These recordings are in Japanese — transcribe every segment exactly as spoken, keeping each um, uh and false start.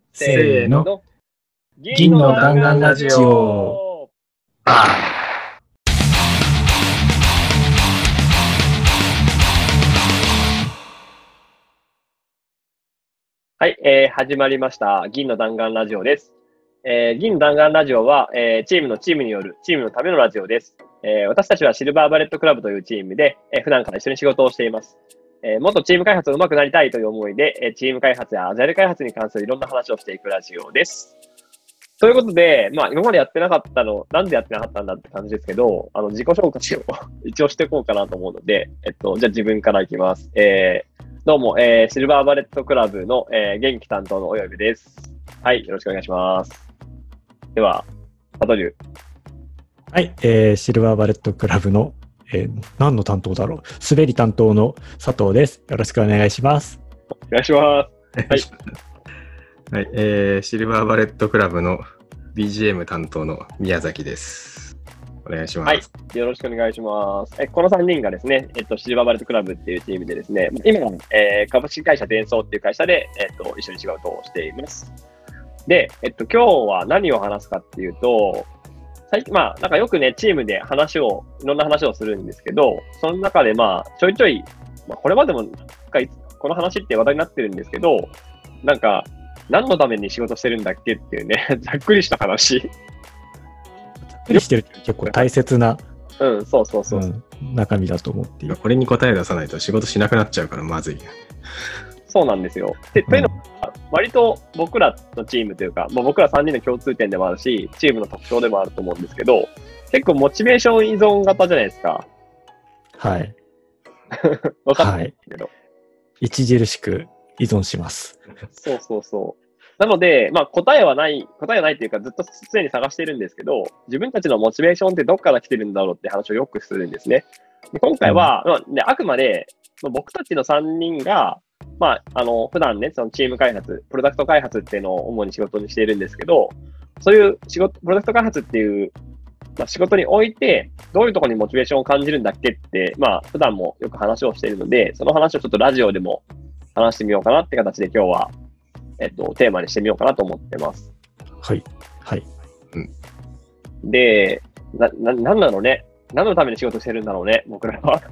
せーの。銀の弾丸ラジオ。 はい、えー、始まりました。銀の弾丸ラジオです。えー、銀の弾丸ラジオは、えー、チームのチームによるチームのためのラジオです。えー、私たちはシルバーバレットクラブというチームで、えー、普段から一緒に仕事をしています。えー、もっとチーム開発が上手くなりたいという思いで、えー、チーム開発やアジャイル開発に関するいろんな話をしていくラジオです。ということで、まあ今までやってなかったの、なんでやってなかったんだって感じですけど、あの自己紹介を一応していこうかなと思うので、えっと、じゃあ自分からいきます。えー、どうも、えー、シルバーバレットクラブの、えー、元気担当のおよびです。はい、よろしくお願いします。では、パトリュー。 はい、えー、シルバーバレットクラブの、えー、何の担当だろう滑り担当の佐藤です。よろしくお願いします。 お願いします。 はい、はい、えー、シルバーバレットクラブの ビージーエム 担当の宮崎です。お願いします。 はい、よろしくお願いします。えこのさんにんがですね、えっと、シルバーバレットクラブっていうチームでですね、今、えー、株式会社デンソーっていう会社で、えっと、一緒に仕事をしています。で、えっと、今日は何を話すかっていうと、最近、まあ、なんかよくね、チームで話を、いろんな話をするんですけど、その中でまあ、ちょいちょい、まあ、これまでも、この話って話題になってるんですけど、なんか、何のために仕事してるんだっけっていうね、ざっくりした話。 ざっくりしてるって結構大切な、 うん、そうそうそう、うん、 中身だと思っている。 これに答え出さないと仕事しなくなっちゃうからまずい。 そうなんですよ。で、というのは、割と僕らのチームというか、まあ、僕らさんにんの共通点でもあるし、チームの特徴でもあると思うんですけど、結構モチベーション依存型じゃないですか。 はい。 分かんないけど、はい。 著しく依存します。 そうそうそう。なので、まあ答えはない、答えはないというかずっと常に探しているんですけど、自分たちのモチベーションってどっから来てるんだろうって話をよくするんですね。で今回は、うんまあね、あくまで、まあ、僕たちのさんにんが、まあ、あの、普段ね、そのチーム開発、プロダクト開発っていうのを主に仕事にしているんですけど、そういう仕事、プロダクト開発っていう、まあ、仕事において、どういうところにモチベーションを感じるんだっけって、まあ、普段もよく話をしているので、その話をちょっとラジオでも話してみようかなって形で今日は、えっと、テーマにしてみようかなと思ってます。 はい。はい。 うん、で、な、な、なんだろうね。何のために仕事してるんだろうね、僕らは。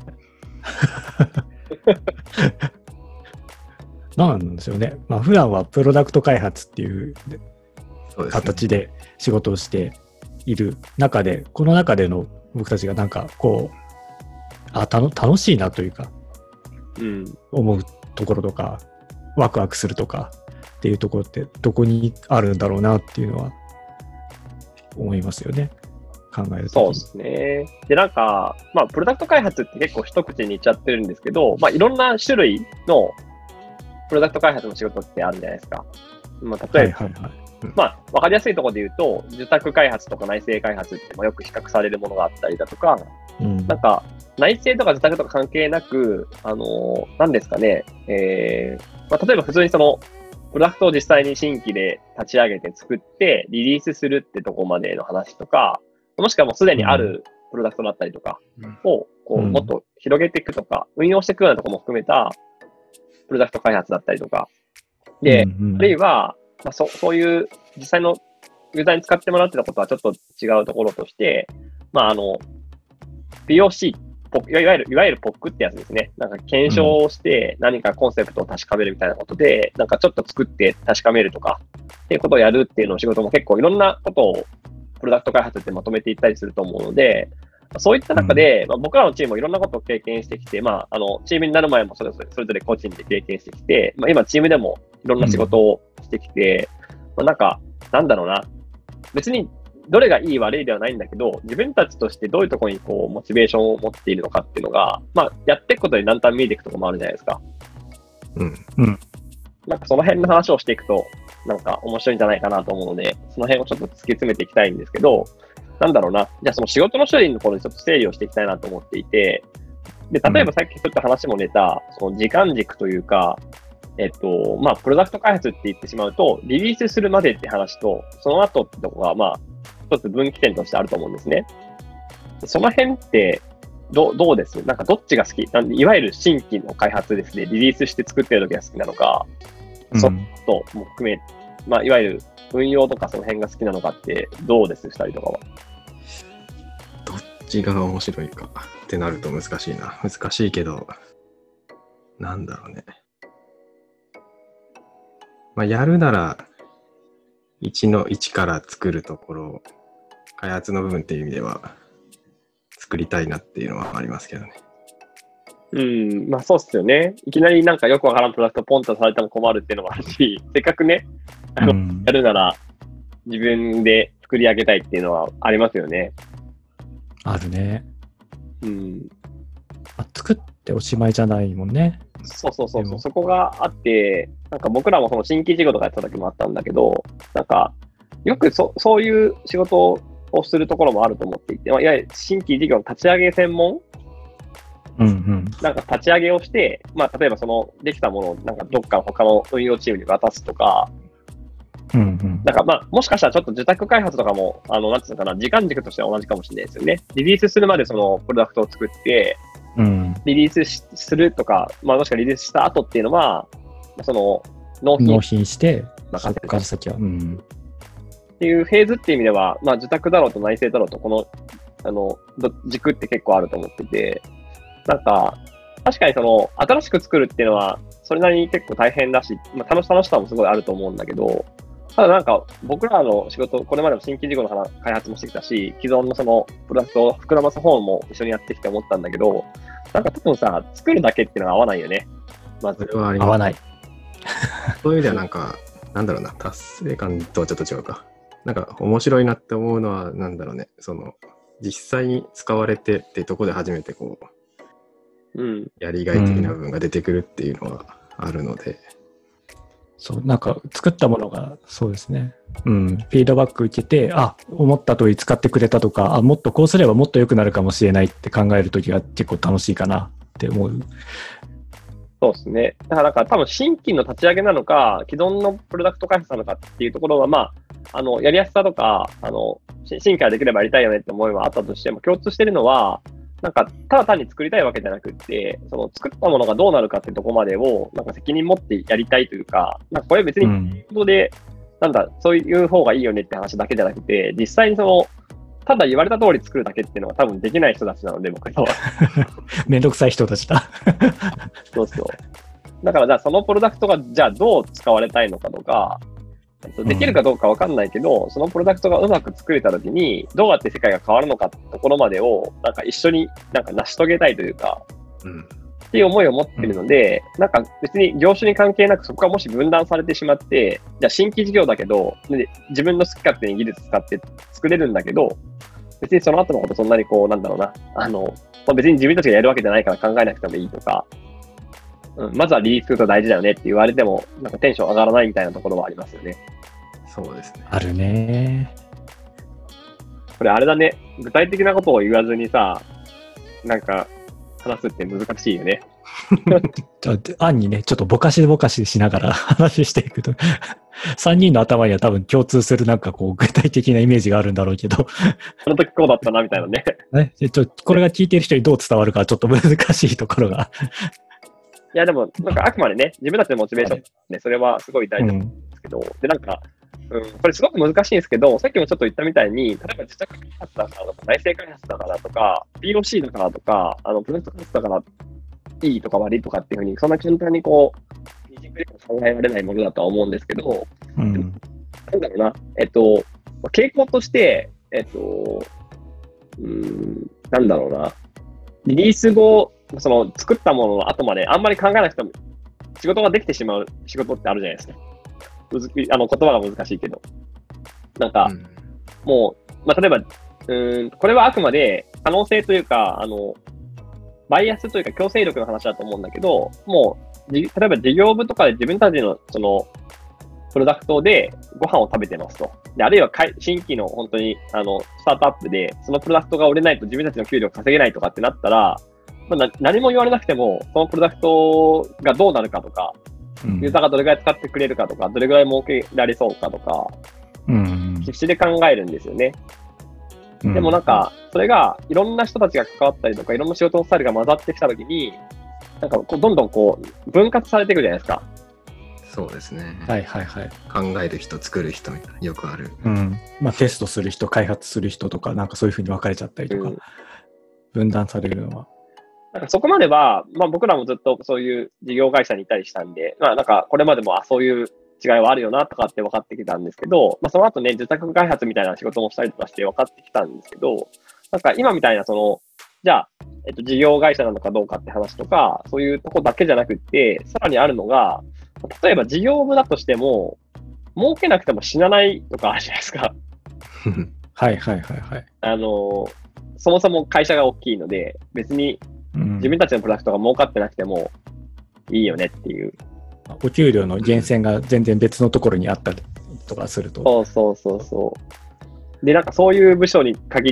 なんですよね。まあ、普段はプロダクト開発っていう形で仕事をしている中で、この中での僕たちがなんかこう、あ、たの楽しいなというか、うん、思うところとか、ワクワクするとかっていうところってどこにあるんだろうなっていうのは思いますよね。考えると。 そうですね。で、なんか、まあ、プロダクト開発って結構一口に言っちゃってるんですけど、まあ、いろんな種類のプロダクト開発の仕事ってあるじゃないですか。まあ、例えば、はいはいはい、まあ、わかりやすいところで言うと、受託開発とか内製開発ってよく比較されるものがあったりだとか、うん、なんか、内製とか受託とか関係なく、あのー、何ですかね、えー、まあ、例えば普通にその、プロダクトを実際に新規で立ち上げて作ってリリースするってとこまでの話とか、もしくはもうすでにあるプロダクトだったりとかをこうもっと広げていくとか、運用していくようなところも含めたプロダクト開発だったりとか。で、あるいは、まあ、そ, そういう実際のユーザーに使ってもらうってことはちょっと違うところとして、まあ、あの、ピーオーシー、いわゆる、いわゆるポックってやつですね。なんか検証をして何かコンセプトを確かめるみたいなことで、なんかちょっと作って確かめるとか、っていうことをやるっていうのを仕事も結構いろんなことをプロダクト開発ってまとめていったりすると思うので、そういった中で、まあ、僕らのチームもいろんなことを経験してきて、まあ、あの、チームになる前もそれぞれ、それぞれ個人で経験してきて、まあ、今チームでもいろんな仕事をしてきて、まあ、なんか、なんだろうな。別にどれがいい悪いではないんだけど、自分たちとしてどういうところにこう、モチベーションを持っているのかっていうのが、まあ、やっていくことでだんだん見えていくところもあるじゃないですか。 うん。うん。 なんかその辺の話をしていくと、なんか面白いんじゃないかなと思うので、その辺をちょっと突き詰めていきたいんですけど、なんだろうな。じゃあその仕事の処理のところでちょっと整理をしていきたいなと思っていて、で、例えばさっきちょっと話も出た、その時間軸というか、えっと、まあ、プロダクト開発って言ってしまうと、リリースするまでって話と、その後ってとこが、まあ、一つ分岐点としてあると思うんですね。その辺って、ど, どうですなんかどっちが好きなんでいわゆる新規の開発ですね、リリースして作ってる時が好きなのか、うん、ソフトも含めまあ、いわゆる運用とかその辺が好きなのかってどうですふたりとかは。 どっちが面白いかってなると難しいな。難しいけど、なんだろうね。まあ、やるなら、いちのいちから作るところ、開発の部分っていう意味では、作りたいなっていうのはありますけどね。 うん、まあそうっすよね。いきなりなんかよくわからんプロダクトポンとされても困るっていうのもあるし、せっかくね、あの、うん、やるなら自分で作り上げたいっていうのはありますよね。 あるね。 うん。 あ、作っておしまいじゃないもんね。 そうそうそうそう、そこがあって、なんか僕らもその新規事業とかやってた時もあったんだけど、なんか、よくそそういう仕事をするところもあると思っていて、まあ、いわゆる新規事業の立ち上げ専門うんうん、 なんか立ち上げをして、まあ、例えばそのできたものをなんかどっか他の運用チームに渡すとか、 うんうん、 なんかまあもしかしたらちょっと受託開発とかも、あのなんていうのかな、時間軸としては同じかもしれないですよね。リリースするまでそのプロダクトを作って、 うん、 リリースしするとか、まあ、もしくはリリースした後っていうのは、その納品納品して、そこから先は、うん。 っていうフェーズっていう意味では、まあ、受託だろうと内製だろうと、このあの軸って結構あると思ってて、なんか、確かにその、新しく作るっていうのは、それなりに結構大変だし、まあ、楽し楽しさもすごいあると思うんだけど、ただなんか、僕らの仕事、これまでも新規事業の開発もしてきたし、既存のその、プロダクトを膨らます方も一緒にやってきて思ったんだけど、なんか多分さ、作るだけっていうのは合わないよね。まず。 それはあります。 合わない。 そういう意味ではなんか、なんだろうな、達成感とはちょっと違うか。なんか、面白いなって思うのは、なんだろうね、その、実際に使われてってとこで初めてこう、 うん、 やりがい的な部分が出てくるっていうのはあるので、うん、 そうなんか作ったものがそうですね、うん、フィードバック受けて、あ、思った通り使ってくれたとか、あ、もっとこうすればもっと良くなるかもしれないって考えるときが結構楽しいかなって思う。 そうですね。だからなんか多分新規の立ち上げなのか、既存のプロダクト開発なのかっていうところは、まあ、あのやりやすさとか、あの新規ができればやりたいよねって思いはあったとしても、共通してるのは、なんか、ただ単に作りたいわけじゃなくって、その作ったものがどうなるかってとこまでを、なんか責任持ってやりたいというか、なんかこれ別に、ことで、うん、なんだ、そういう方がいいよねって話だけじゃなくて、実際にその、ただ言われた通り作るだけっていうのは多分できない人たちなので、僕らは。 めんどくさい人たちだ。 そうそう。だから、じゃあそのプロダクトが、じゃあどう使われたいのかとか、できるかどうかわかんないけど、うん、そのプロダクトがうまく作れたときに、どうやって世界が変わるのかってところまでを、なんか一緒になんか成し遂げたいというか、うん、っていう思いを持ってるので、うん、なんか別に業種に関係なくそこがもし分断されてしまって、じゃあ新規事業だけど、自分の好き勝手に技術使って作れるんだけど、別にその後のことそんなにこう、なんだろうな、あの、まあ、別に自分たちがやるわけじゃないから考えなくてもいいとか、うん、まずはリリースすると大事だよねって言われても、なんかテンション上がらないみたいなところはありますよね。 そうですね。 あるね。 これあれだね。具体的なことを言わずにさ、なんか話すって難しいよね。 案にね、ちょっとぼかしぼかししながら話していくと、さんにんの頭には多分共通するなんかこう具体的なイメージがあるんだろうけど、 その時こうだったなみたいなね。 ね、ちょこれが聞いてる人にどう伝わるかちょっと難しいところが。 いやでも、なんかあくまでね、自分たちのモチベーションね、それはすごい大事なんですけど、うん、で、なんか、うん、これすごく難しいんですけど、さっきもちょっと言ったみたいに、例えば自宅開発だからとか、内製開発だからとか、ピーオーシー だからとか、あのプロダクト開発だからいいとか悪いとかっていうふうに、そんな簡単にこう、二軸で考えられないものだとは思うんですけど、うん、なんだろうな、えっと、傾向として、えっと、うん、なんだろうな、リリース後、その作ったものの後まであんまり考えなくても仕事ができてしまう仕事ってあるじゃないですか。むずあの言葉が難しいけど。なんか、うん、もう、まあ、例えば、うーん、これはあくまで可能性というか、あの、バイアスというか強制力の話だと思うんだけど、もう、例えば事業部とかで自分たちのその、プロダクトでご飯を食べてますと。で、あるいは新規の本当に、あの、スタートアップで、そのプロダクトが売れないと自分たちの給料稼げないとかってなったら、まあ、何も言われなくても、そのプロダクトがどうなるかとか、うん、ユーザーがどれぐらい使ってくれるかとか、どれぐらい儲けられそうかとか、うん、必死で考えるんですよね。うん、でもなんか、それがいろんな人たちが関わったりとか、いろんな仕事のスタイルが混ざってきたときに、なんかこうどんどんこう分割されていくじゃないですか。 そうですね。 はいはいはい。 考える人、作る人みたいな、よくある。 うん。まあテストする人、開発する人とか、なんかそういうふうに分かれちゃったりとか、 うん、 分断されるのは。 なんかそこまでは、まあ僕らもずっとそういう事業会社にいたりしたんで、まあなんかこれまでもあそういう違いはあるよなとかって分かってきたんですけど、まあその後ね、受託開発みたいな仕事もしたりとかして分かってきたんですけど、なんか今みたいなその、じゃあ、えっと、事業会社なのかどうかって話とか、そういうとこだけじゃなくって、さらにあるのが、例えば事業部だとしても、儲けなくても死なないとかあるじゃないですか。 はいはいはいはい。 あの、そもそも会社が大きいので、別に自分たちのプロダクトが儲かってなくてもいいよねっていう。 うん、お給料の源泉が全然別のところにあったりとかすると。 そうそうそうそう。で、なんかそういう部署に限って、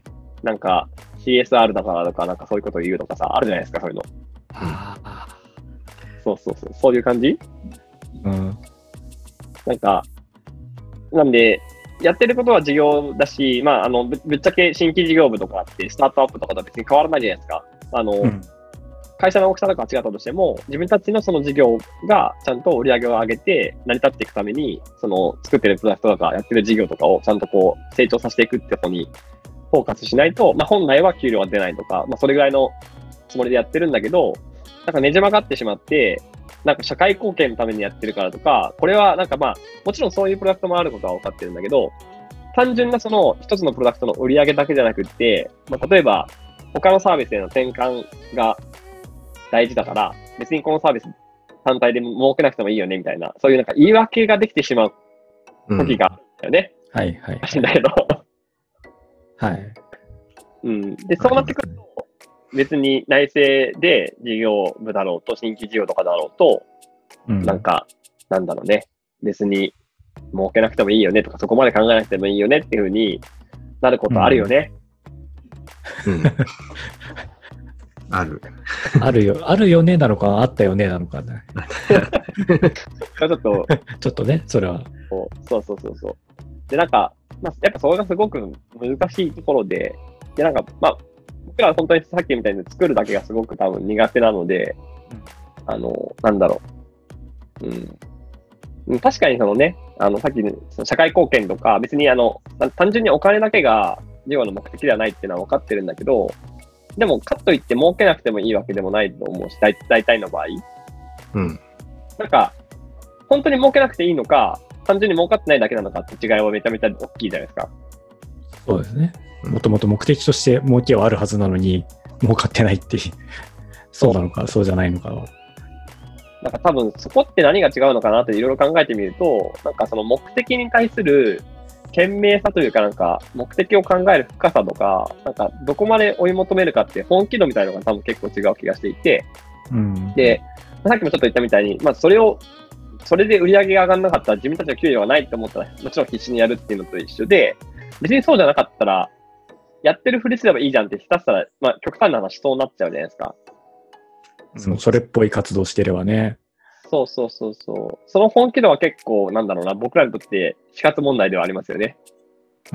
なんか シーエスアール だからとか、なんかそういうことを言うとかさ、あるじゃないですか、そういうの。 ああ。 そうそうそう。そういう感じ？ うん。 なんか、なんで、やってることは事業だし、まあ、あの、ぶ, ぶっちゃけ新規事業部とかあって、スタートアップとかとは別に変わらないじゃないですか。あの、うん、会社の大きさとかは違ったとしても、自分たちのその事業がちゃんと売り上げを上げて、成り立っていくために、その作ってるプロダクトとかやってる事業とかをちゃんとこう成長させていくってことにフォーカスしないと、まあ、本来は給料が出ないとか、まあ、それぐらいのつもりでやってるんだけど、なんかねじ曲がってしまって、なんか社会貢献のためにやってるからとか、これはなんかまあ、もちろんそういうプロダクトもあることは分かってるんだけど、単純なその一つのプロダクトの売り上げだけじゃなくって、まあ、例えば他のサービスへの転換が大事だから、別にこのサービス単体で儲けなくてもいいよねみたいな、そういうなんか言い訳ができてしまう時があるよね。 うん、はいはい。 らしいんだけど。 はい。 うん。で、そうなってくると、別に内政で事業部だろうと、新規事業とかだろうと、うん、なんか、なんだろうね。別に儲けなくてもいいよねとか、そこまで考えなくてもいいよねっていうふうになることあるよね。 うん。うん、ある。 あるよ。あるよねなのか、あったよねなのかね。 ちょっと、 ちょっとね、それは。 そうそうそうそう。で、なんか、まあ、やっぱそれがすごく難しいところで、で、なんか、まあ、僕らは本当にさっきみたいに作るだけがすごく多分苦手なので、うん、あの、なんだろう。うん。確かにそのね、あの、さっきのその社会貢献とか、別にあの、単純にお金だけが事業の目的ではないっていうのは分かってるんだけど、でも、かといって儲けなくてもいいわけでもないと思うし、大, 大体の場合。 うん。 なんか、本当に儲けなくていいのか、単純に儲かってないだけなのかって違いはめちゃめちゃ大きいじゃないですか。 そうですね。もともと目的として儲けはあるはずなのに、儲かってないって、そうなのか、そうじゃないのかは。 なんか多分そこって何が違うのかなっていろいろ考えてみると、なんかその目的に対する賢明さというか、なんか目的を考える深さとか、なんかどこまで追い求めるかって本気度みたいなのが多分結構違う気がしていて、うん、で、さっきもちょっと言ったみたいに、まあそれを、それで売り上げが上がらなかったら自分たちの給料がないと思ったらもちろん必死にやるっていうのと一緒で、別にそうじゃなかったら、やってるふりすればいいじゃんってひたすら、まあ極端な話そうなっちゃうじゃないですか。 そのそれっぽい活動してればね。 そうそうそうそう。その本気度は結構、なんだろうな、僕らにとって死活問題ではありますよね。 うん。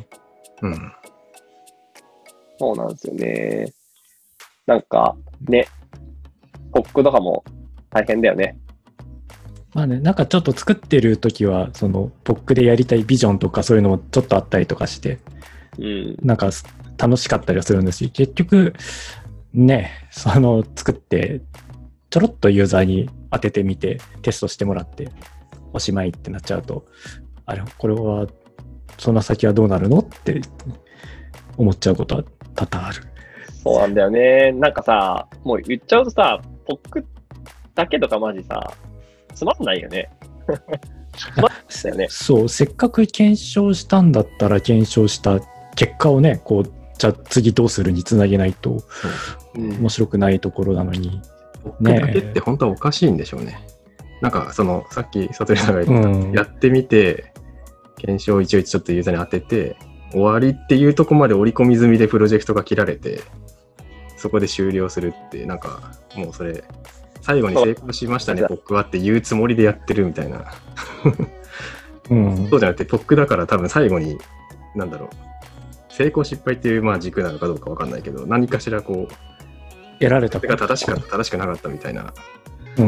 うん。 そうなんですよね。なんか、ね、ポックとかも大変だよね。 まあね、なんかちょっと作ってるときは、その、ポックでやりたいビジョンとかそういうのもちょっとあったりとかして、 うん、 なんか楽しかったりはするんですし、結局、ね、その、作って、ちょろっとユーザーに当ててみて、テストしてもらって、おしまいってなっちゃうと、あれ、これは、その先はどうなるのって思っちゃうことは多々ある。 そうなんだよね。なんかさ、もう言っちゃうとさ、ポックだけとかマジさ、つまんないよね。つまんないよね。 そう、せっかく検証したんだったら、検証した結果をね、こう、じゃあ次どうするにつなげないと、面白くないところなのに。 ポックだけって本当はおかしいんでしょうね。なんかそのさっき悟りさんが言った、うん、やってみて検証を一応ちょっとユーザーに当てて終わりっていうとこまで織り込み済みでプロジェクトが切られてそこで終了するってなんかもうそれ最後に成功しましたねポックはって言うつもりでやってるみたいな、うん、そうじゃなくてポックだから多分最後になんだろう成功失敗っていうまあ軸なのかどうか分かんないけど何かしらこう得られたそれが正しかった正しくなかったみたいな、 うん、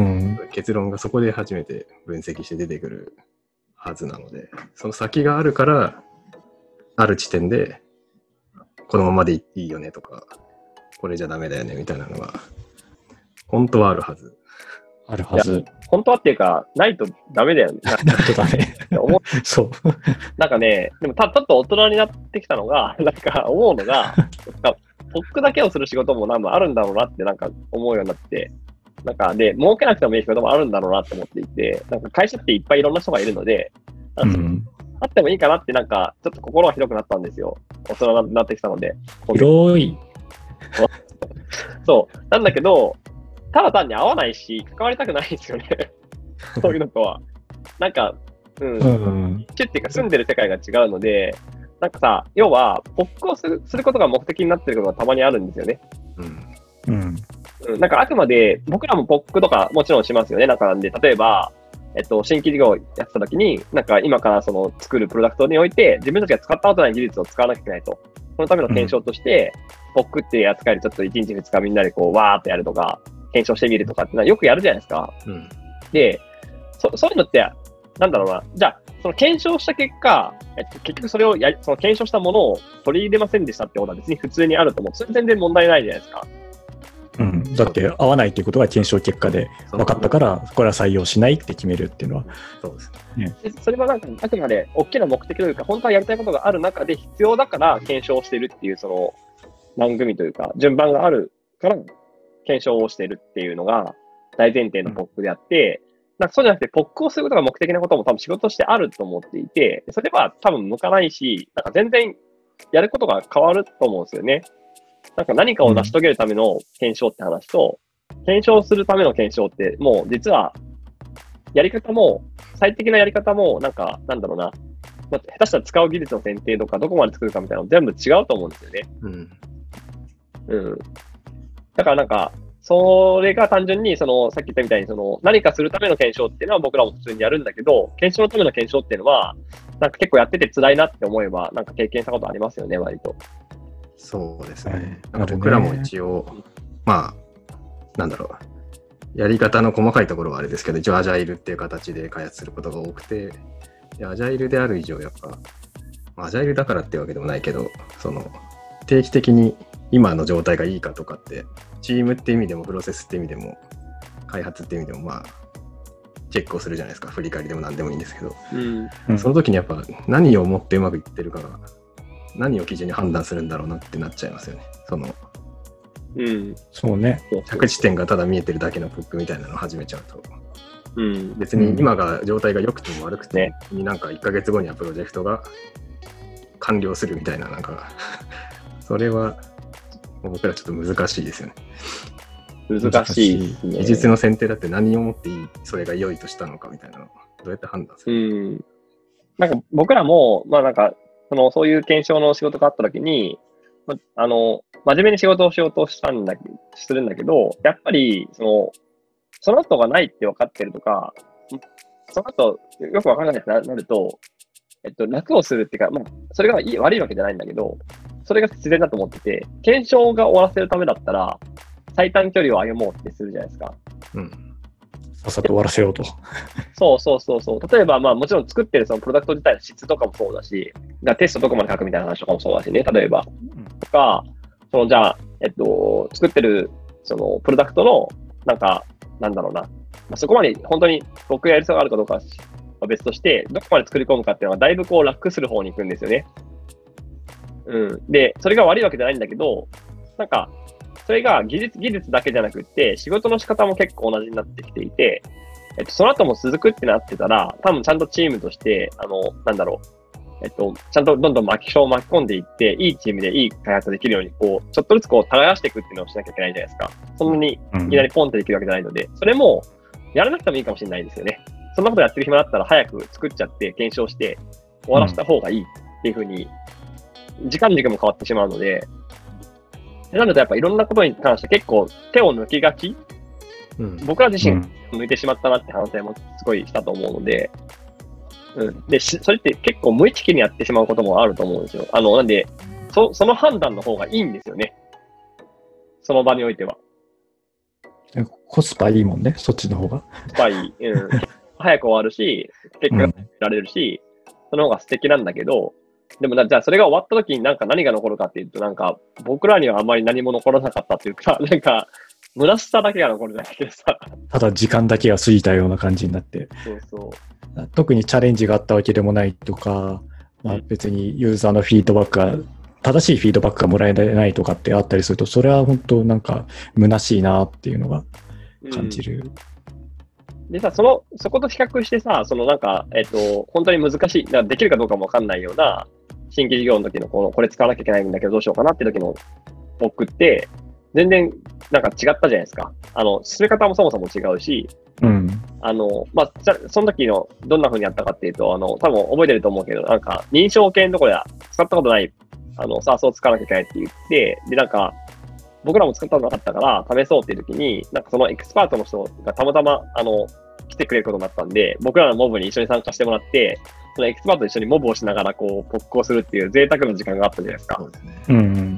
結論がそこで初めて分析して出てくるはずなので、その先があるから、ある地点で、このままでいいよねとか、これじゃダメだよねみたいなのが、本当はあるはず。 あるはず。 本当はっていうか、ないとダメだよね。 ないとダメ。そう。 なんかね、でもた、ちょっと大人になってきたのが、なんか思うのが、ポックだけをする仕事もなんかあるんだろうなってなんか思うようになって、なんかで、儲けなくてもいい仕事もあるんだろうなって思っていて、なんか会社っていっぱいいろんな人がいるので、うん、あってもいいかなってなんか、ちょっと心が広くなったんですよ。大人になってきたので。 広い。 そう。なんだけど、ただ単に合わないし、関わりたくないんですよね。そういうのとは。なんか、うん。うん、っていうか住んでる世界が違うので、なんかさ、要は、ポックをするすることが目的になってることがたまにあるんですよね。うん。うん。なんかあくまで、僕らもポックとかもちろんしますよね。なんかなんで、例えば、えっと、新規事業をやってた時に、なんか今からその作るプロダクトにおいて、自分たちが使ったことない技術を使わなきゃいけないと。そのための検証として、うん、ポックっていう扱いでちょっといちにちふつかみんなでこう、わーっとやるとか、検証してみるとかってのはよくやるじゃないですか。うん、でそ、そういうのって、なんだろうな。じゃあ、その検証した結果、えっと、結局それをや、その検証したものを取り入れませんでしたってことは別に普通にあると思う。それ全然問題ないじゃないですか。 うん、だって合わないっていうことが検証結果で分かったから、これは採用しないって決めるっていうのは。 そうですね。でそれはなんかあくまで大きな目的というか、本当はやりたいことがある中で必要だから検証してるっていう、その番組というか、順番があるから検証をしてるっていうのが大前提のポックであって、うん、なんかそうじゃなくて、ポックをすることが目的なことも多分仕事としてあると思っていて、それは多分向かないし、なんか全然やることが変わると思うんですよね。なんか何かを成し遂げるための検証って話と、うん、検証するための検証って、もう実は、やり方も、最適なやり方も、なんか、なんだろうな、まあ、下手したら使う技術の選定とか、どこまで作るかみたいなの全部違うと思うんですよね。うん。うん。だからなんか、それが単純に、その、さっき言ったみたいに、その、何かするための検証っていうのは僕らも普通にやるんだけど、検証のための検証っていうのは、なんか結構やってて辛いなって思えば、なんか経験したことありますよね、割と。 そうですね。なんか僕らも一応、ね、まあ、なんだろう、やり方の細かいところはあれですけど、一応アジャイルっていう形で開発することが多くて、アジャイルである以上、やっぱ、アジャイルだからってわけでもないけど、その、定期的に今の状態がいいかとかって、チームって意味でも、プロセスって意味でも、開発って意味でも、まあ、チェックをするじゃないですか。振り返りでも何でもいいんですけど、うん、その時にやっぱ何をもってうまくいってるかが、何を基準に判断するんだろうなってなっちゃいますよね。その、 うん、そうね。 着地点がただ見えてるだけのポックみたいなのを始めちゃうと、うん、別に今が状態が良くても悪くても、ね、なんかいっかげつごにはプロジェクトが完了するみたいな、なんかそれは僕らちょっと難しいですよね。 難しいですね。 技術の選定だって何をもっていい、それが良いとしたのかみたいなのをどうやって判断する、 うん、なんか僕らも、まあなんか、その、そういう検証の仕事があったときに、ま、あの、真面目に仕事をしようとしたんだ、するんだけど、やっぱり、その、その後がないって分かってるとか、その後、よく分からないってなると、えっと、楽をするっていうか、まあ、それがいい、悪いわけじゃないんだけど、それが自然だと思ってて、検証が終わらせるためだったら、最短距離を歩もうってするじゃないですか。うん。 さっさと終わらせようと。 そうそうそうそう。例えば、まあもちろん作ってるそのプロダクト自体の質とかもそうだし、テストどこまで書くみたいな話とかもそうだしね、例えば。うん、とか、そのじゃあ、えっと、作ってるそのプロダクトの、なんか、なんだろうな。まあ、そこまで本当に僕がやりそうがあるかどうかは別として、どこまで作り込むかっていうのはだいぶこう楽する方に行くんですよね。うん。で、それが悪いわけじゃないんだけど、なんか、それが技術、技術だけじゃなくって、仕事の仕方も結構同じになってきていて、えっと、その後も続くってなってたら、多分ちゃんとチームとして、あの、なんだろう、えっと、ちゃんとどんどん巻き人を巻き込んでいって、いいチームでいい開発できるように、こう、ちょっとずつこう、耕していくっていうのをしなきゃいけないじゃないですか。そんなにいきなりポンってできるわけじゃないので、それも、やらなくてもいいかもしれないですよね。そんなことやってる暇だったら早く作っちゃって、検証して、終わらせた方がいいっていうふうに、時間軸も変わってしまうので、なのでやっぱいろんなことに関して結構手を抜きがち、うん、僕ら自身抜いてしまったなって反省もすごいしたと思うので、うん、でそれって結構無意識にやってしまうこともあると思うんですよ。あのなんで そ, その判断の方がいいんですよね。その場においては。 コスパいいもんね、そっちの方が。 コスパいい。うん。早く終わるし、結果が得られるし、うん、その方が素敵なんだけど、でもじゃあそれが終わった時になんか何が残るかっていうと、なんか僕らにはあんまり何も残らなかったっていうか、なんか虚しさだけが残るじゃないですか。 ただ時間だけが過ぎたような感じになって。 そうそう。 特にチャレンジがあったわけでもないとか、まあ、別にユーザーのフィードバックが、正しいフィードバックがもらえないとかってあったりすると、それは本当なんか虚しいなっていうのが感じる。 うん、でさ、その、そこと比較してさ、そのなんか、えっと、本当に難しい、だからできるかどうかもわかんないような、新規事業の時のこの、これ使わなきゃいけないんだけどどうしようかなって時の僕って、全然なんか違ったじゃないですか。あの、進め方もそもそも違うし、 うん。 あの、まあ、その時のどんな風にやったかっていうと、あの、多分覚えてると思うけど、なんか認証系のところで使ったことない、あの、サースを使わなきゃいけないって言って、で、なんか、僕らも使ったことなかったから試そうっていう時に、なんかそのエキスパートの人がたまたま、あの、来てくれることになったんで、僕らのモブに一緒に参加してもらって、そのエキスパートと一緒にモブをしながら、こう、特攻するっていう贅沢な時間があったじゃないですか。 そうですね。 うん。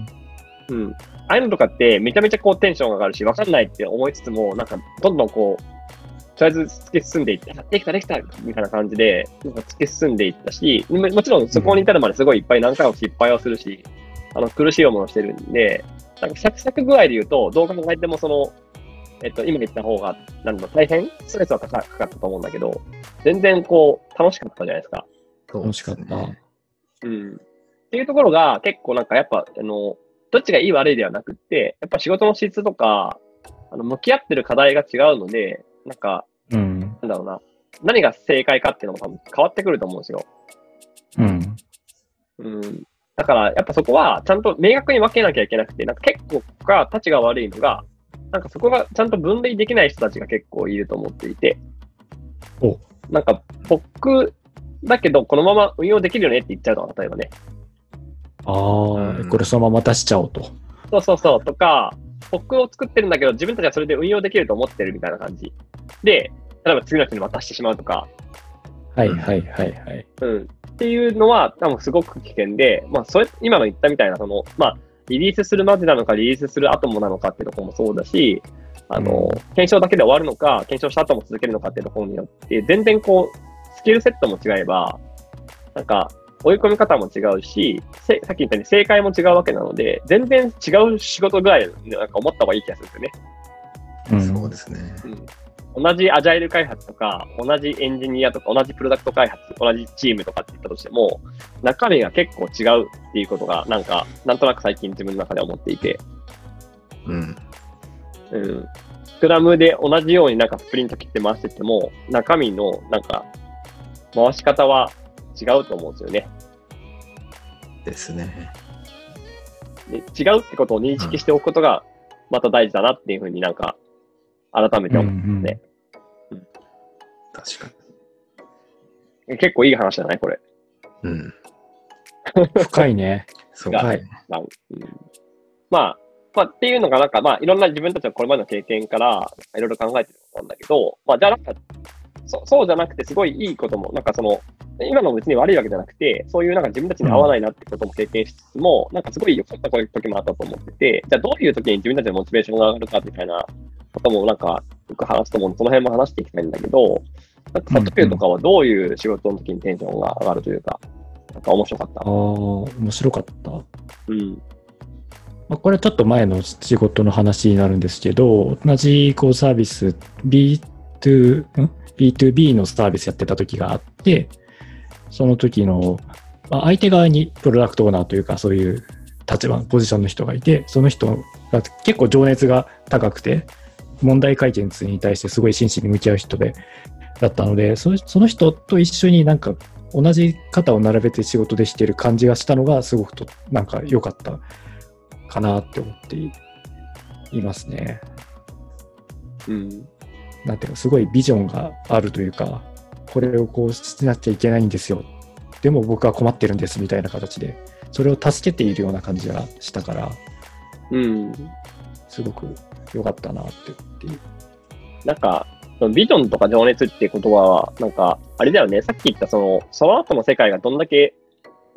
うん。ああいうのとかってめちゃめちゃこうテンションが上がるし、わかんないって思いつつも、なんかどんどんこう、とりあえず突き進んでいって、できたできたみたいな感じで、なんか突き進んでいったし、ももちろんそこに至るまですごいいっぱい何回も失敗をするし、あの苦しい思いをしてるんで、なんかサクサク具合で言うと、どう考えてもその、えっと、今言った方が、なんだ、大変ストレスはかかったと思うんだけど、全然こう、楽しかったじゃないですか。 楽しかった。うん。 っていうところが結構なんかやっぱ、あの、どっちがいい悪いではなくって、やっぱ仕事の質とか、あの、向き合ってる課題が違うので、なんか、 うん、 なんだろうな、何が正解かっていうのも多分変わってくると思うんですよ。 うん。 うん。だから、やっぱそこはちゃんと明確に分けなきゃいけなくて、なんか結構が、立ちが悪いのが、なんかそこがちゃんと分類できない人たちが結構いると思っていて、 おなんか、僕だけどこのまま運用できるよねって言っちゃうと、例えばね。 ああ、うん、これそのまま出しちゃおうと。 そうそうそう。とか、ポックを作ってるんだけど、自分たちはそれで運用できると思ってるみたいな感じ。で、例えば次の人に渡してしまうとか。 はいはいはいはい。 うん。っていうのは、多分すごく危険で、まあ、それ、今の言ったみたいな、その、まあ、リリースするまでなのか、リリースする後もなのかっていうところもそうだし、あの、うん、検証だけで終わるのか、検証した後も続けるのかっていうところによって、全然こう、スキルセットも違えば、なんか、追い込み方も違うし、さっき言ったように正解も違うわけなので、全然違う仕事ぐらいなんか思った方がいい気がするんですよね。 うん、そうですね、 うん。同じアジャイル開発とか、同じエンジニアとか、同じプロダクト開発、同じチームとかって言ったとしても、中身が結構違うっていうことが、なんか、なんとなく最近自分の中で思っていて。 うん。 うん。スクラムで同じようになんかスプリント切って回してても、中身のなんか、回し方は違うと思うんですよね。 ですね。 で、違うってことを認識しておくことが、また大事だなっていうふうになんか、改めて思うんですね。 うんうん、確かに。結構いい話じゃないこれ。 うん。 深いね。 そう深い。 まあ、うん、まあ、まあ、っていうのがなんか、まあ、いろんな自分たちのこれまでの経験から、いろいろ考えてることなんだけど、まあ、じゃあなんか、そそうじゃなくて、すごいいいことも、なんかその、今の別に悪いわけじゃなくて、そういうなんか自分たちに合わないなってことも経験しつつも、うん、なんかすごい良かったこういう時もあったと思ってて、じゃあどういう時に自分たちのモチベーションが上がるかみたいなこともなんかよく話すと思うので、その辺も話していきたいんだけど、なんかサトピューとかはどういう仕事の時にテンションが上がるというか、なんか面白かった。 ああ、面白かった。 うん。 まあ、これちょっと前の仕事の話になるんですけど、同じこうサービス ビーツー、ん ビーツービー のサービスやってた時があって、その時の、まあ、相手側にプロダクトオーナーというかそういう立場、ポジションの人がいて、その人が結構情熱が高くて、問題解決に対してすごい真摯に向き合う人で、だったので、その人と一緒になんか同じ肩を並べて仕事でしている感じがしたのがすごくとなんか良かったかなって思っていますね。 うん。 なんていうか、すごいビジョンがあるというか、これをこうしなきゃいけないんですよ。でも僕は困ってるんですみたいな形で、それを助けているような感じがしたから、 うん。 すごく良かったなってっていう。 なんか、ビジョンとか情熱っていう言葉は、なんか、あれだよね、さっき言ったその、その後の世界がどんだけ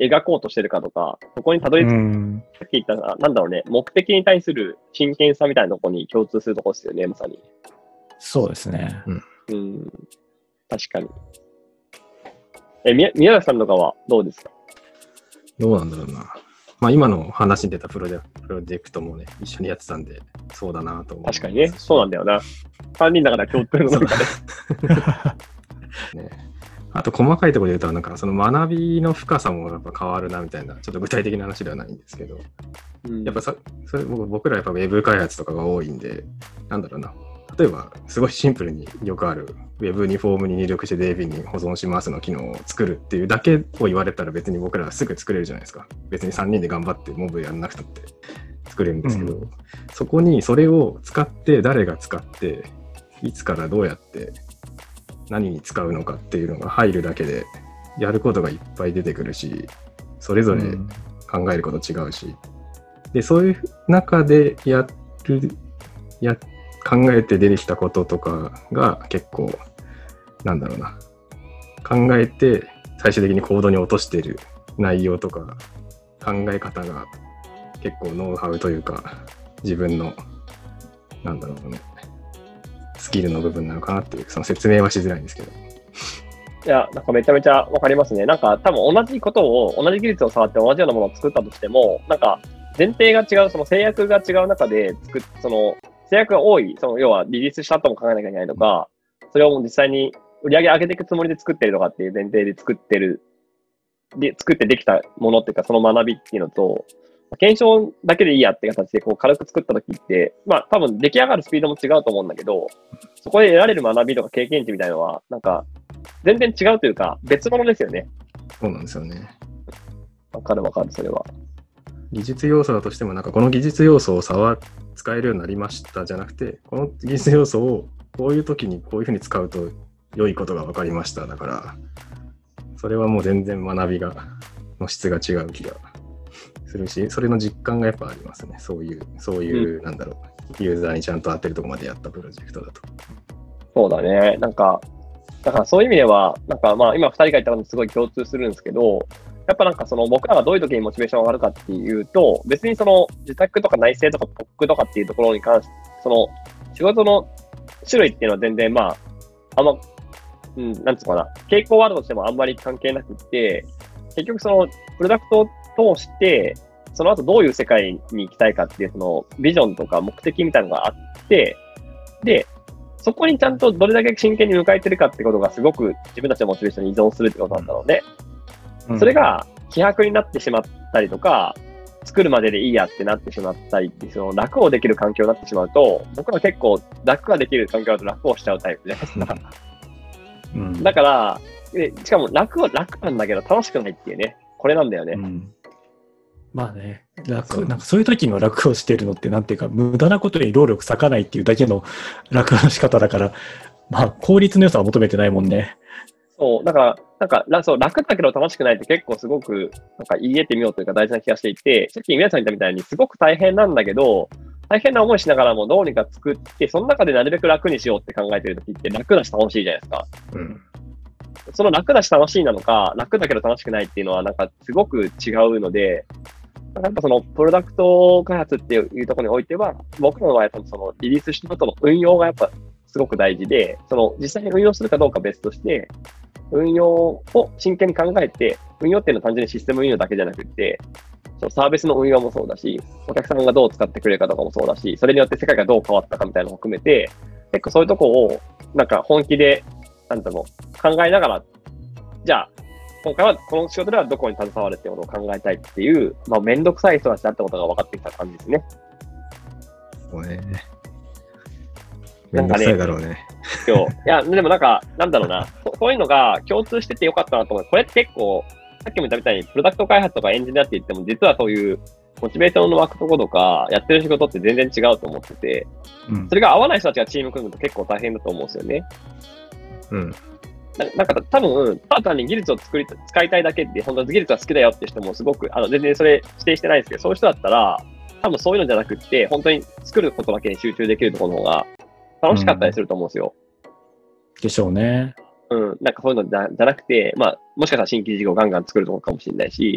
描こうとしてるかとか、そこにたどり着く、さっき言ったなんだろうね、目的に対する真剣さみたいなところに共通するところですよね、まさに。 そうですね。 うん。うん、確かに。え、宮宮崎さんとかはどうですか？ どうなんだろうな。まあ今の話に出たプロジェプロジェクトもね、一緒にやってたんで、そうだなと思う。 確かにね、そうなんだよな。さんにんだから共通の中で。 ね、あと細かいところで言うと、なんかその学びの深さもやっぱ変わるなみたいな、ちょっと具体的な話ではないんですけど、うん、やっぱさそれ僕らやっぱウェブ開発とかが多いんで、なんだろうな。例えば、すごいシンプルによくある Web にフォームに入力して デービー に保存しますの機能を作るっていうだけを言われたら別に僕らはすぐ作れるじゃないですか。別にさんにんで頑張ってモブやんなくたって作れるんですけど、うん、そこにそれを使って誰が使っていつからどうやって何に使うのかっていうのが入るだけでやることがいっぱい出てくるし、それぞれ考えること違うし、でそういう中でやるや考えて出てきたこととかが結構なんだろうな、考えて最終的にコードに落としている内容とか考え方が結構ノウハウというか自分のなんだろうねスキルの部分なのかなっていう、その説明はしづらいんですけど。 いや、なんかめちゃめちゃわかりますね。なんか多分同じことを、同じ技術を触って同じようなものを作ったとしても、なんか前提が違う、その制約が違う中で作っ、その制約が多い、その要はリリースした後も考えなきゃいけないとか、それを実際に売り上げ上げていくつもりで作ってるとかっていう前提で作ってる、で、作ってできたものっていうか、その学びっていうのと、検証だけでいいやって形でこう軽く作った時って、まあ多分出来上がるスピードも違うと思うんだけど、そこで得られる学びとか経験値みたいなのは、なんか全然違うというか別物ですよね。 そうなんですよね。 わかるわかる、それは。 技術要素だとしても、なんかこの技術要素を触使えるようになりましたじゃなくて、この技術要素をこういう時にこういうふうに使うと良いことが分かりましただから、それはもう全然学びがの質が違う気がするし、それの実感がやっぱありますね。そういうそういう、うん、なんだろう、ユーザーにちゃんと当てるところまでやったプロジェクトだと。 そうだね。なんかだからそういう意味では、なんかまあ今ふたりが言ったのもすごい共通するんですけど、やっぱなんかその僕らがどういう時にモチベーション上がるかっていうと、別にその自宅とか内製とかポックとかっていうところに関して、その仕事の種類っていうのは全然まあ、あんま、うん、なんつうかな、傾向はあるとしてもあんまり関係なくって、結局そのプロダクトを通して、その後どういう世界に行きたいかっていうそのビジョンとか目的みたいなのがあって、で、そこにちゃんとどれだけ真剣に迎えてるかってことがすごく自分たちのモチベーションに依存するってことなんだろうね。うん、それが希薄になってしまったりとか、作るまででいいやってなってしまったりって、その楽をできる環境になってしまうと、僕は結構楽ができる環境だと楽をしちゃうタイプじゃないですか。うん、だから、しかも楽は楽なんだけど楽しくないっていうね、これなんだよね。うん、 まあね、楽、なんかそういう時の楽をしてるのってなんていうか、無駄なことに労力割かないっていうだけの楽の仕方だから、まあ効率の良さは求めてないもんね。 そう、だから、なんか、そう楽だけど楽しくないって結構すごく、なんか言い得てみようというか大事な気がしていて、さっき皆さん言ったみたいにすごく大変なんだけど、大変な思いしながらもどうにか作って、その中でなるべく楽にしようって考えてる時って楽だし楽しいじゃないですか。うん。その楽だし楽しいなのか、楽だけど楽しくないっていうのはなんかすごく違うので、やっぱそのプロダクト開発っていうところにおいては、僕の場合はそのリリースした後の運用がやっぱすごく大事で、その実際に運用するかどうか別として、運用を真剣に考えて、運用っていうのは単純にシステム運用だけじゃなくて、そのサービスの運用もそうだし、お客さんがどう使ってくれるかとかもそうだし、それによって世界がどう変わったかみたいなのも含めて、結構そういうとこをなんか本気で、なんていうの、考えながら、じゃあ、今回はこの仕事ではどこに携わるってことを考えたいっていう、まあ、めんどくさい人たちだってことが分かってきた感じですね。 そうね。めんどくさいだろうね。 今日。いや、でもなんか、なんだろうな。そういうのが共通しててよかったなと思う。これって結構、さっきも言ったみたいに、プロダクト開発とかエンジニアって言っても、実はそういうモチベーションの湧くところとか、やってる仕事って全然違うと思ってて、うん、それが合わない人たちがチーム組むと結構大変だと思うんですよね。うん。な, なんか多分、ただ単に技術を作り使いたいだけで、本当に技術は好きだよって人もすごく、あの全然それ指定してないですけど、そういう人だったら、多分そういうのじゃなくって、本当に作ることだけに集中できるところの方が楽しかったりすると思うんですよ。 うん、でしょうね。 うん。なんかそういうのじ ゃ, じゃなくて、まあ、もしかしたら新規事業をガンガン作るところかもしれないし、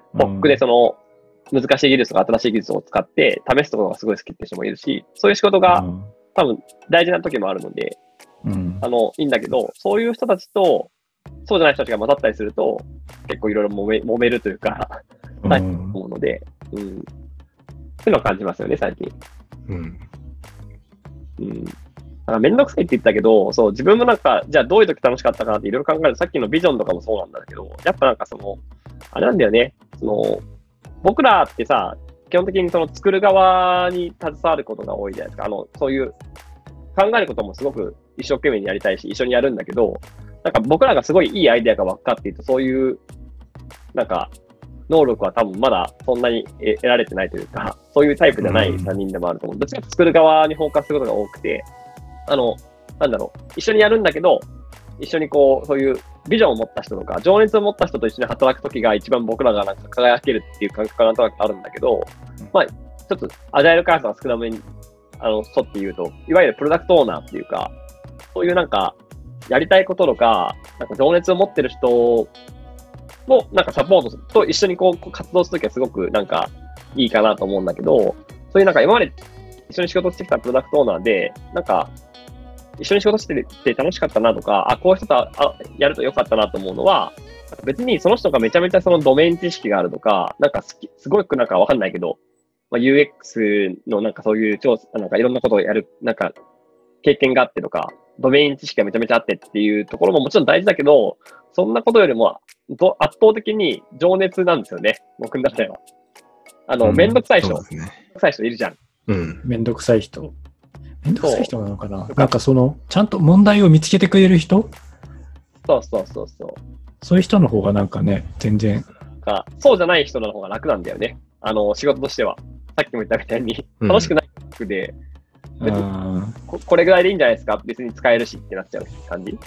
ポックでその難しい技術とか新しい技術を使って試すところがすごい好きって人もいるし、そういう仕事が多分大事な時もあるので、うん、あの、いいんだけど、そういう人たちと、そうじゃない人たちが混ざったりすると、結構いろいろ揉め、揉めるというか、ないと思うので、うん。そういうのを感じますよね、最近。うん。うん。だからめんどくさいって言ったけど、そう、自分もなんか、じゃあどういう時楽しかったかなっていろいろ考えると、さっきのビジョンとかもそうなんだけど、やっぱなんかその、あれなんだよね、その、僕らってさ、基本的にその作る側に携わることが多いじゃないですか。あの、そういう考えることもすごく一生懸命にやりたいし、一緒にやるんだけど、なんか僕らがすごいいいアイデアが分かっていると、そういう、なんか、能力は多分まだそんなに得られてないというか、そういうタイプじゃないさんにんでもあると思う。どっちかというと作る側にフォーカスすることが多くて、あの、なんだろう、一緒にやるんだけど、一緒にこう、そういうビジョンを持った人とか、情熱を持った人と一緒に働くときが一番僕らがなんか輝けるっていう感覚がなんとなくあるんだけど、まあ、ちょっとアジャイル開発が少なめに、あの、沿って言うと、いわゆるプロダクトオーナーっていうか、そういうなんか、やりたいこととか、なんか情熱を持ってる人をなんかサポートすると一緒にこう活動するときはすごくなんかいいかなと思うんだけど、そういうなんか今まで一緒に仕事してきたプロダクトオーナーで、なんか一緒に仕事してて楽しかったなとか、あ、こういう人とあやるとよかったなと思うのは、別にその人がめちゃめちゃそのドメイン知識があるとか、なんかすすごくなんかわかんないけど、まあ、ユーエックス のなんかそういう調査、なんかいろんなことをやる、なんか経験があってとか、ドメイン知識がめちゃめちゃあってっていうところももちろん大事だけど、そんなことよりも圧倒的に情熱なんですよね、僕の中では。あの、うん、めんどくさい人、ね、めんどくさい人いるじゃん。 うん。めんどくさい人。めんどくさい人なのかな。なんかその、ちゃんと問題を見つけてくれる人？ そうそうそうそう。 そういう人の方がなんかね、全然。 かそうじゃない人の方が楽なんだよね。あの、仕事としては。さっきも言ったみたいに、楽しくない服で、別にこ、これぐらいでいいんじゃないですか、別に使えるしってなっちゃう感じ。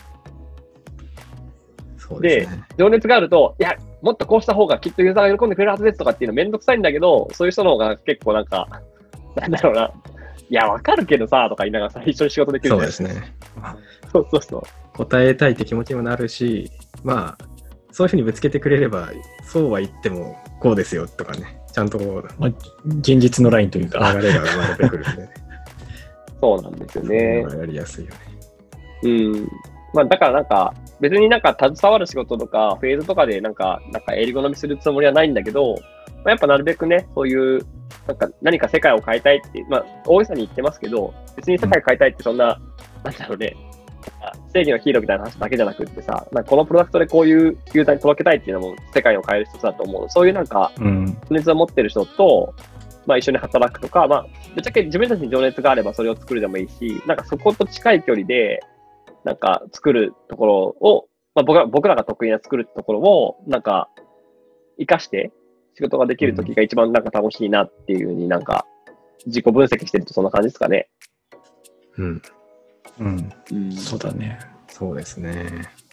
そうですね。 で、情熱があると、いや、もっとこうした方がきっとユーザーが喜んでくれるはずですとかっていうのめんどくさいんだけど、そういう人の方が結構なんか、なんだろうな、いや、わかるけどさ、とか言いながらさ、一緒に仕事できるじゃないですか。 そうですね。 そうそうそう。 答えたいって気持ちにもなるし、まあ、そういうふうにぶつけてくれれば、そうは言ってもこうですよとかね、ちゃんとこう、 まあ、現実のラインというか、 流れが生まれてくるんで、ね。 そうなんですよね。 やりやすいよね。 うん。まあ、だからなんか、別になんか携わる仕事とか、フェーズとかでなんか、なんか襟好みするつもりはないんだけど、まあ、やっぱなるべくね、そういう、なんか何か世界を変えたいって、まあ、大げさに言ってますけど、別に世界を変えたいってそんな、うん、なんだろうね、正義のヒーローみたいな話だけじゃなくってさ、なんかこのプロダクトでこういうユーザーに届けたいっていうのも世界を変える一つだと思う。そういうなんか、情熱を持ってる人と、まあ一緒に働くとか、まあ、ぶっちゃけ自分たちに情熱があればそれを作るでもいいし、なんかそこと近い距離で、なんか作るところを、まあ僕ら、僕らが得意な作るところを、なんか、活かして仕事ができるときが一番なんか楽しいなっていうふうになんか、自己分析してるとそんな感じですかね。 うん。 うん。うん、そうだね。 そうですね。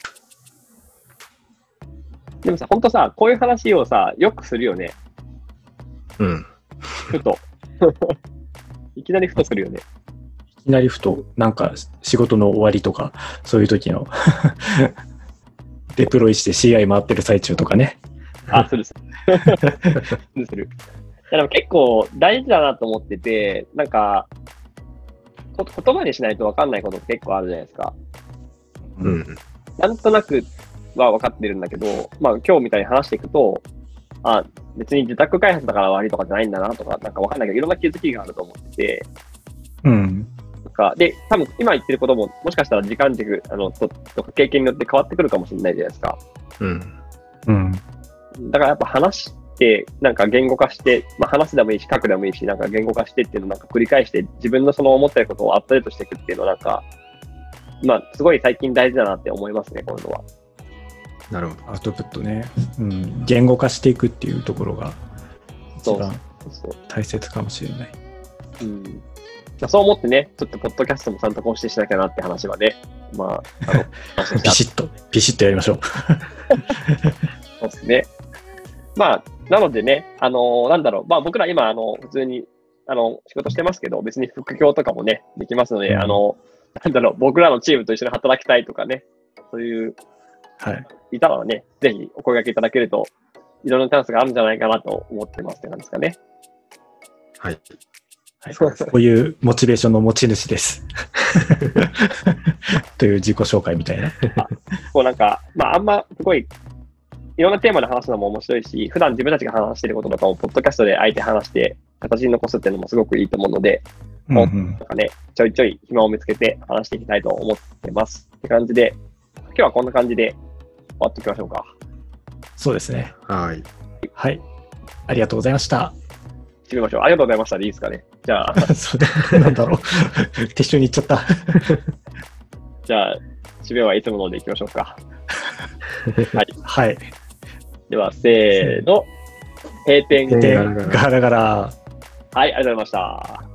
でもさ、ほんとさ、こういう話をさ、よくするよね。 うん。 ふと。いきなりふとするよね。 いきなりふと、なんか仕事の終わりとか、そういう時のデプロイして シーアイ 回ってる最中とかね。 あ、するする。するする。いやでも結構大事だなと思ってて、なんか、こ言葉にしないと分かんないことって結構あるじゃないですか。 うん。 なんとなくは分かってるんだけど、まあ今日みたいに話していくと、あ、別に自宅開発だから悪いとかじゃないんだなとか、なんか分かんないけど、いろんな気づきがあると思ってて、 うん。 なんかで、多分今言ってることも、もしかしたら時間軸あのととか経験によって変わってくるかもしれないじゃないですか。 うん。 うん。 だからやっぱ話して、なんか言語化して、まあ話でもいいし、書くでもいいし、なんか言語化してっていうのをなんか繰り返して、自分のその思ってることをアップデートしていくっていうのはなんか、まあすごい最近大事だなって思いますね、こういうのは。 なるほど。 アウトプットね。うん。言語化していくっていうところが一番大切かもしれない。 うん。そう思ってね、ちょっとポッドキャストもちゃんと更新しなきゃなって話はね、まあ、あの、 ビシッと、ビシッとやりましょう。 そうですね。まあ、なのでね、あのー、なんだろう、まあ僕ら今、あの、普通に、あの、仕事してますけど、別に副業とかもね、できますので、うん、あの、なんだろう、僕らのチームと一緒に働きたいとかね、そういう、 はい。 いたらね、ぜひお声掛けいただけるといろんなチャンスがあるんじゃないかなと思ってますって感じですかね。 はい。 はい、こういうモチベーションの持ち主です。という自己紹介みたいな。 こうなんか、まああんますごい、いろんなテーマで話すのも面白いし、普段自分たちが話していることとかをポッドキャストであえて話して形に残すっていうのもすごくいいと思うので、うんうん、なんかね、ちょいちょい暇を見つけて話していきたいと思ってます。って感じで、今日はこんな感じで終わっておきましょうか。 そうですね。 はい。 はい。ありがとうございました。 締めましょう。ありがとうございましたでいいですかね。じゃあ。 それなんだろう。撤収に行っちゃった。 じゃあ、締めはいつものでいきましょうか。はい。 はい。 では、せーの。閉店ガラガラ。 はい、ありがとうございました。